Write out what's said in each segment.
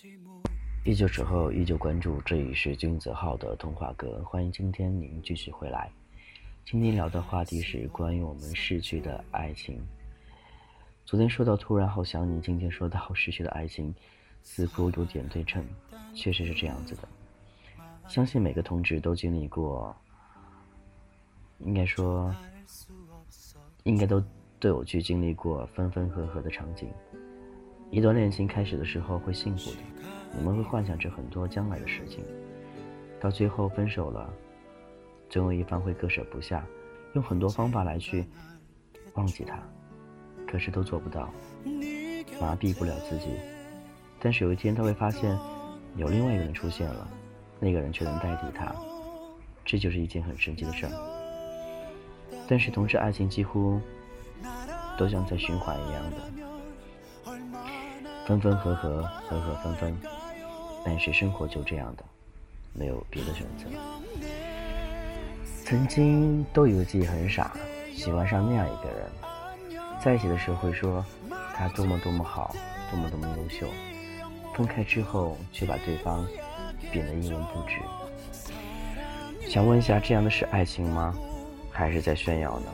依旧守候，依旧关注，这里是君子号的童话阁，欢迎今天您继续回来。今天聊的话题是关于我们逝去的爱情。昨天说到突然好想你，今天说到逝去的爱情，似乎有点对称，确实是这样子的。相信每个同志都经历过，应该都有去经历过分分合合的场景。一段恋情开始的时候会幸福的，你们会幻想着很多将来的事情，到最后分手了，总有一方会割舍不下，用很多方法来去忘记他，可是都做不到，麻痹不了自己。但是有一天他会发现有另外一个人出现了，那个人却能代替他，这就是一件很神奇的事儿。但是同志爱情几乎都像在循环一样的，分分合合，合合分分，但是生活就这样的，没有别的选择。曾经都以为自己很傻，喜欢上那样一个人，在一起的时候会说他多么多么好，多么多么优秀，分开之后却把对方贬得一文不值。想问一下，这样的是爱情吗？还是在炫耀呢？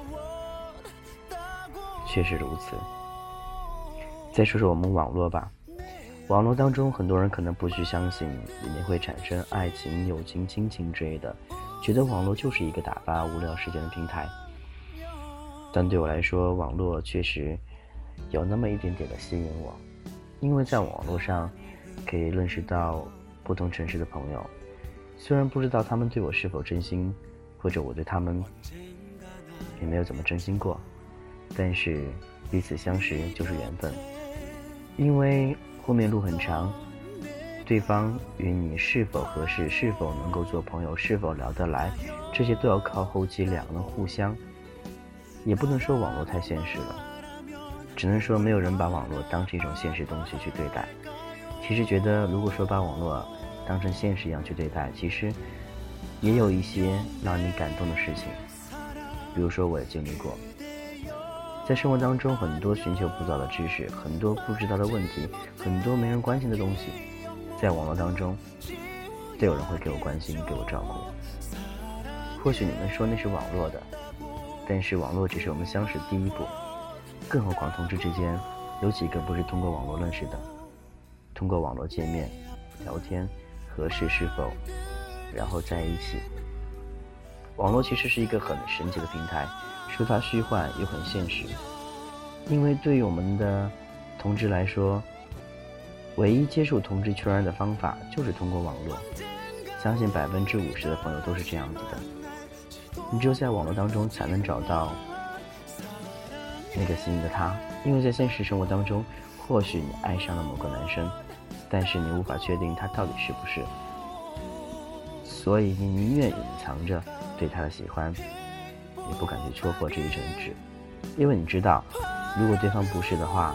确实如此。再说说我们网络吧，网络当中很多人可能不去相信里面会产生爱情、友情、亲情之类的，觉得网络就是一个打发无聊时间的平台。但对我来说，网络确实有那么一点点的吸引我，因为在网络上可以认识到不同城市的朋友，虽然不知道他们对我是否真心，或者我对他们也没有怎么真心过，但是彼此相识就是缘分。因为后面路很长，对方与你是否合适，是否能够做朋友，是否聊得来，这些都要靠后期两个人互相。也不能说网络太现实了，只能说没有人把网络当成一种现实东西去对待。其实觉得如果说把网络当成现实一样去对待，其实也有一些让你感动的事情。比如说我也经历过，在生活当中很多寻求不到的知识，很多不知道的问题，很多没人关心的东西，在网络当中都有人会给我关心，给我照顾。或许你们说那是网络的，但是网络只是我们相识第一步，更何况同志之间有几个不是通过网络认识的，通过网络见面聊天，合适是否然后在一起。网络其实是一个很神奇的平台，说它虚幻又很现实。因为对于我们的同志来说，唯一接触同志圈的方法就是通过网络，相信50%的朋友都是这样子的。你只有在网络当中才能找到那个心仪的他，因为在现实生活当中，或许你爱上了某个男生，但是你无法确定他到底是不是，所以你宁愿隐藏着对他的喜欢，也不敢去戳破这一层纸，因为你知道，如果对方不是的话，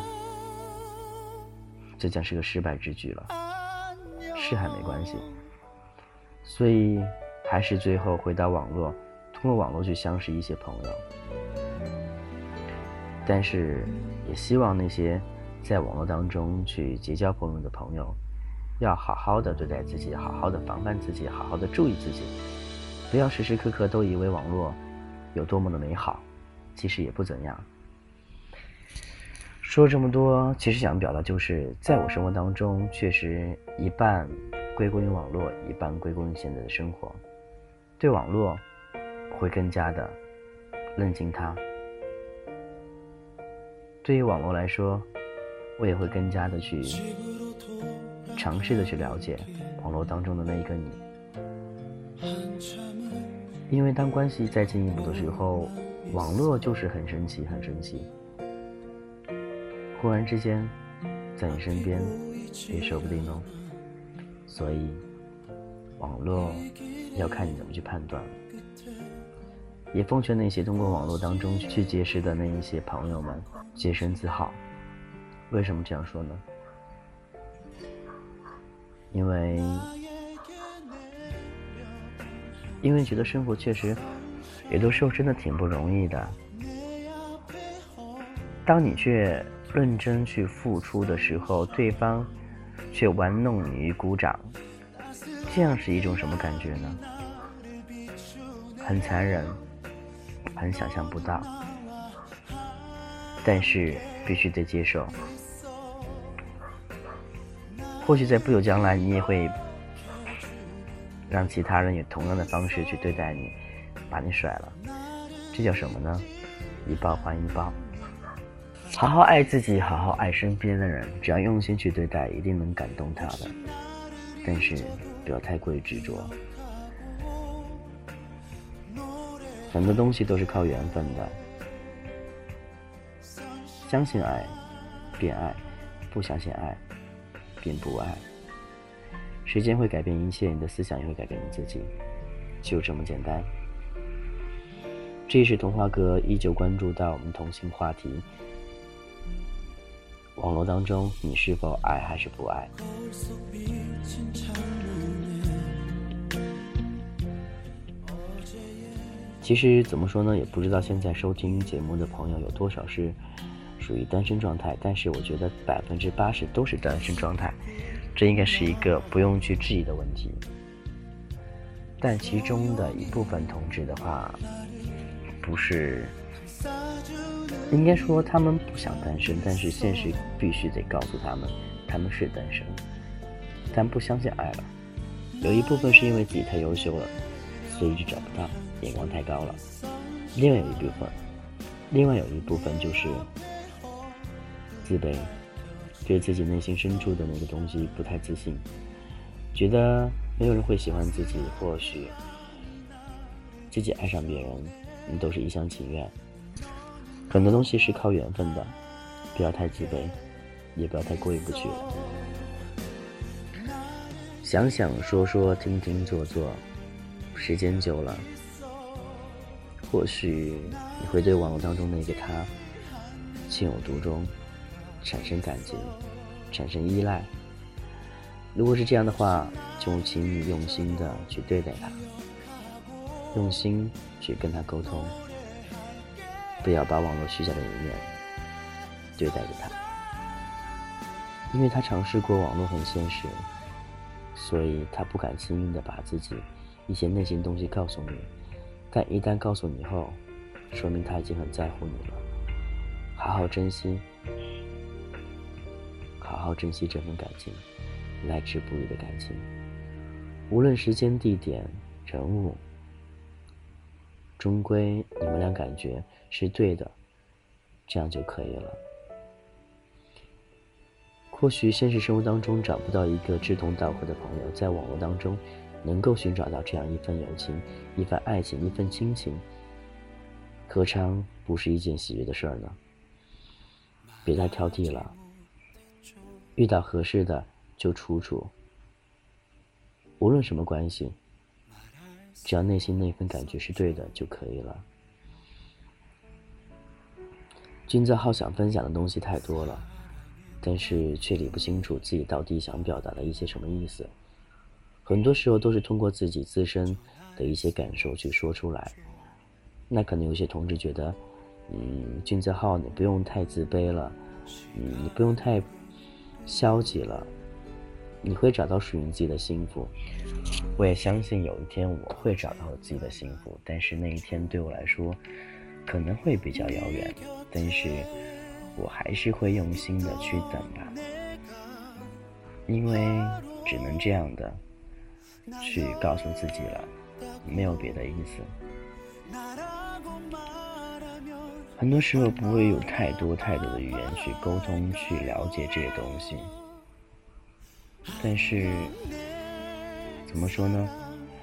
这将是个失败之举了，是还没关系。所以还是最后回到网络，通过网络去相识一些朋友。但是也希望那些在网络当中去结交朋友的朋友，要好好的对待自己，好好的防范自己，好好的注意自己，不要时时刻刻都以为网络有多么的美好，其实也不怎样。说这么多，其实想表达就是在我生活当中，确实一半归功于网络，一半归功于现在的生活。对网络我会更加的认清它，对于网络来说，我也会更加的去尝试的去了解网络当中的那一个你。因为当关系再进一步的时候，网络就是很神奇很神奇，忽然之间在你身边也说不定哦。所以网络要看你怎么去判断了。也奉劝那些通过网络当中去结识的那一些朋友们洁身自好。为什么这样说呢？因为觉得生活确实也都受真的挺不容易的。当你却认真去付出的时候，对方却玩弄你于股掌，这样是一种什么感觉呢？很残忍，很想象不到，但是必须得接受。或许在不久将来，你也会让其他人以同样的方式去对待你，把你甩了。这叫什么呢？一报还一报。好好爱自己，好好爱身边的人，只要用心去对待，一定能感动他的。但是不要太过于执着。很多东西都是靠缘分的，相信爱便爱，不相信爱便不爱。时间会改变一切，你的思想也会改变你自己，就这么简单。这是童话哥依旧关注到我们同性话题，网络当中你是否爱还是不爱？其实怎么说呢，也不知道现在收听节目的朋友有多少是属于单身状态，但是我觉得80%都是单身状态，这应该是一个不用去质疑的问题。但其中的一部分同志的话，不是，应该说他们不想单身，但是现实必须得告诉他们，他们是单身，但不相信爱了。有一部分是因为自己太优秀了，所以一直找不到，眼光太高了。另外有一部分就是自卑，对自己内心深处的那个东西不太自信，觉得没有人会喜欢自己，或许自己爱上别人都是一厢情愿。很多东西是靠缘分的，不要太自卑，也不要太过意不去了。想想说说，听听做做，时间久了，或许你会对网络当中那个他情有独钟，产生感情，产生依赖。如果是这样的话，就请你用心的去对待他，用心去跟他沟通，不要把网络虚假的一面对待着他，因为他尝试过网络很现实，所以他不敢轻易的把自己一些内心东西告诉你，但一旦告诉你后，说明他已经很在乎你了。好好珍惜，好好珍惜这份感情，来之不易的感情。无论时间、地点、人物，终归你们俩感觉是对的，这样就可以了。或许现实生活当中找不到一个志同道合的朋友，在网络当中能够寻找到这样一份友情，一份爱情，一份亲情，何尝不是一件喜悦的事儿呢？别太挑剔了，遇到合适的就处处，无论什么关系，只要内心那份感觉是对的就可以了。君子好想分享的东西太多了，但是却理不清楚自己到底想表达的一些什么意思。很多时候都是通过自己自身的一些感受去说出来。那可能有些同志觉得，君子好，你不用太自卑了，你不用太消极了，你会找到属于你自己的幸福。我也相信有一天我会找到我自己的幸福，但是那一天对我来说可能会比较遥远，但是我还是会用心的去等吧，因为只能这样的去告诉自己了，没有别的意思。很多时候不会有太多的语言去沟通，去了解这些东西，但是怎么说呢，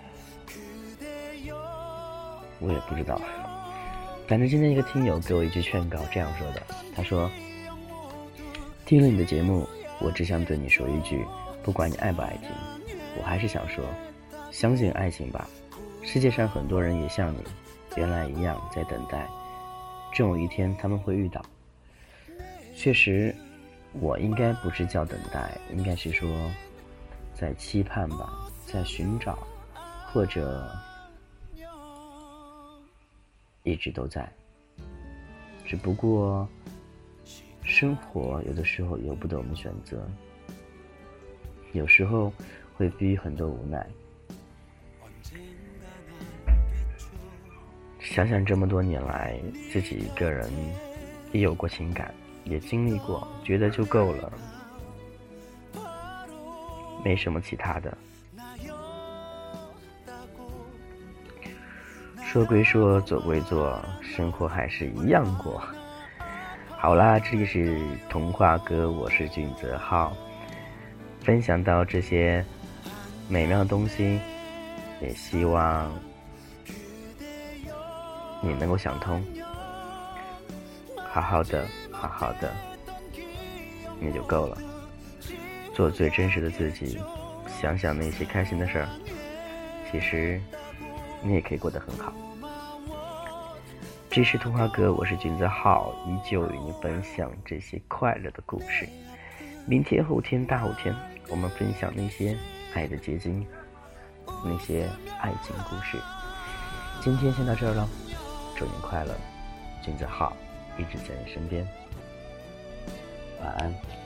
我也不知道。反正今天一个听友给我一句劝告，这样说的，他说，听了你的节目，我只想对你说一句，不管你爱不爱听，我还是想说，相信爱情吧。世界上很多人也像你原来一样在等待，终有一天他们会遇到。确实我应该不是叫等待，应该是说在期盼吧，在寻找，或者一直都在，只不过生活有的时候由不得我们选择。 有时候会逼很多无奈。想想这么多年来，自己一个人也有过情感，也经历过，觉得就够了，没什么其他的。说归说，做归做，生活还是一样过。好啦，这里是童话哥，我是俊泽浩，分享到这些美妙的东西，也希望你能够想通，好好的，好好的，那就够了。做最真实的自己，想想那些开心的事儿，其实你也可以过得很好。这是童话哥，我是君子浩，依旧与你分享这些快乐的故事。明天、后天、大后天，我们分享那些爱的结晶，那些爱情故事。今天先到这儿了，祝你快乐，君子浩一直在你身边，晚安。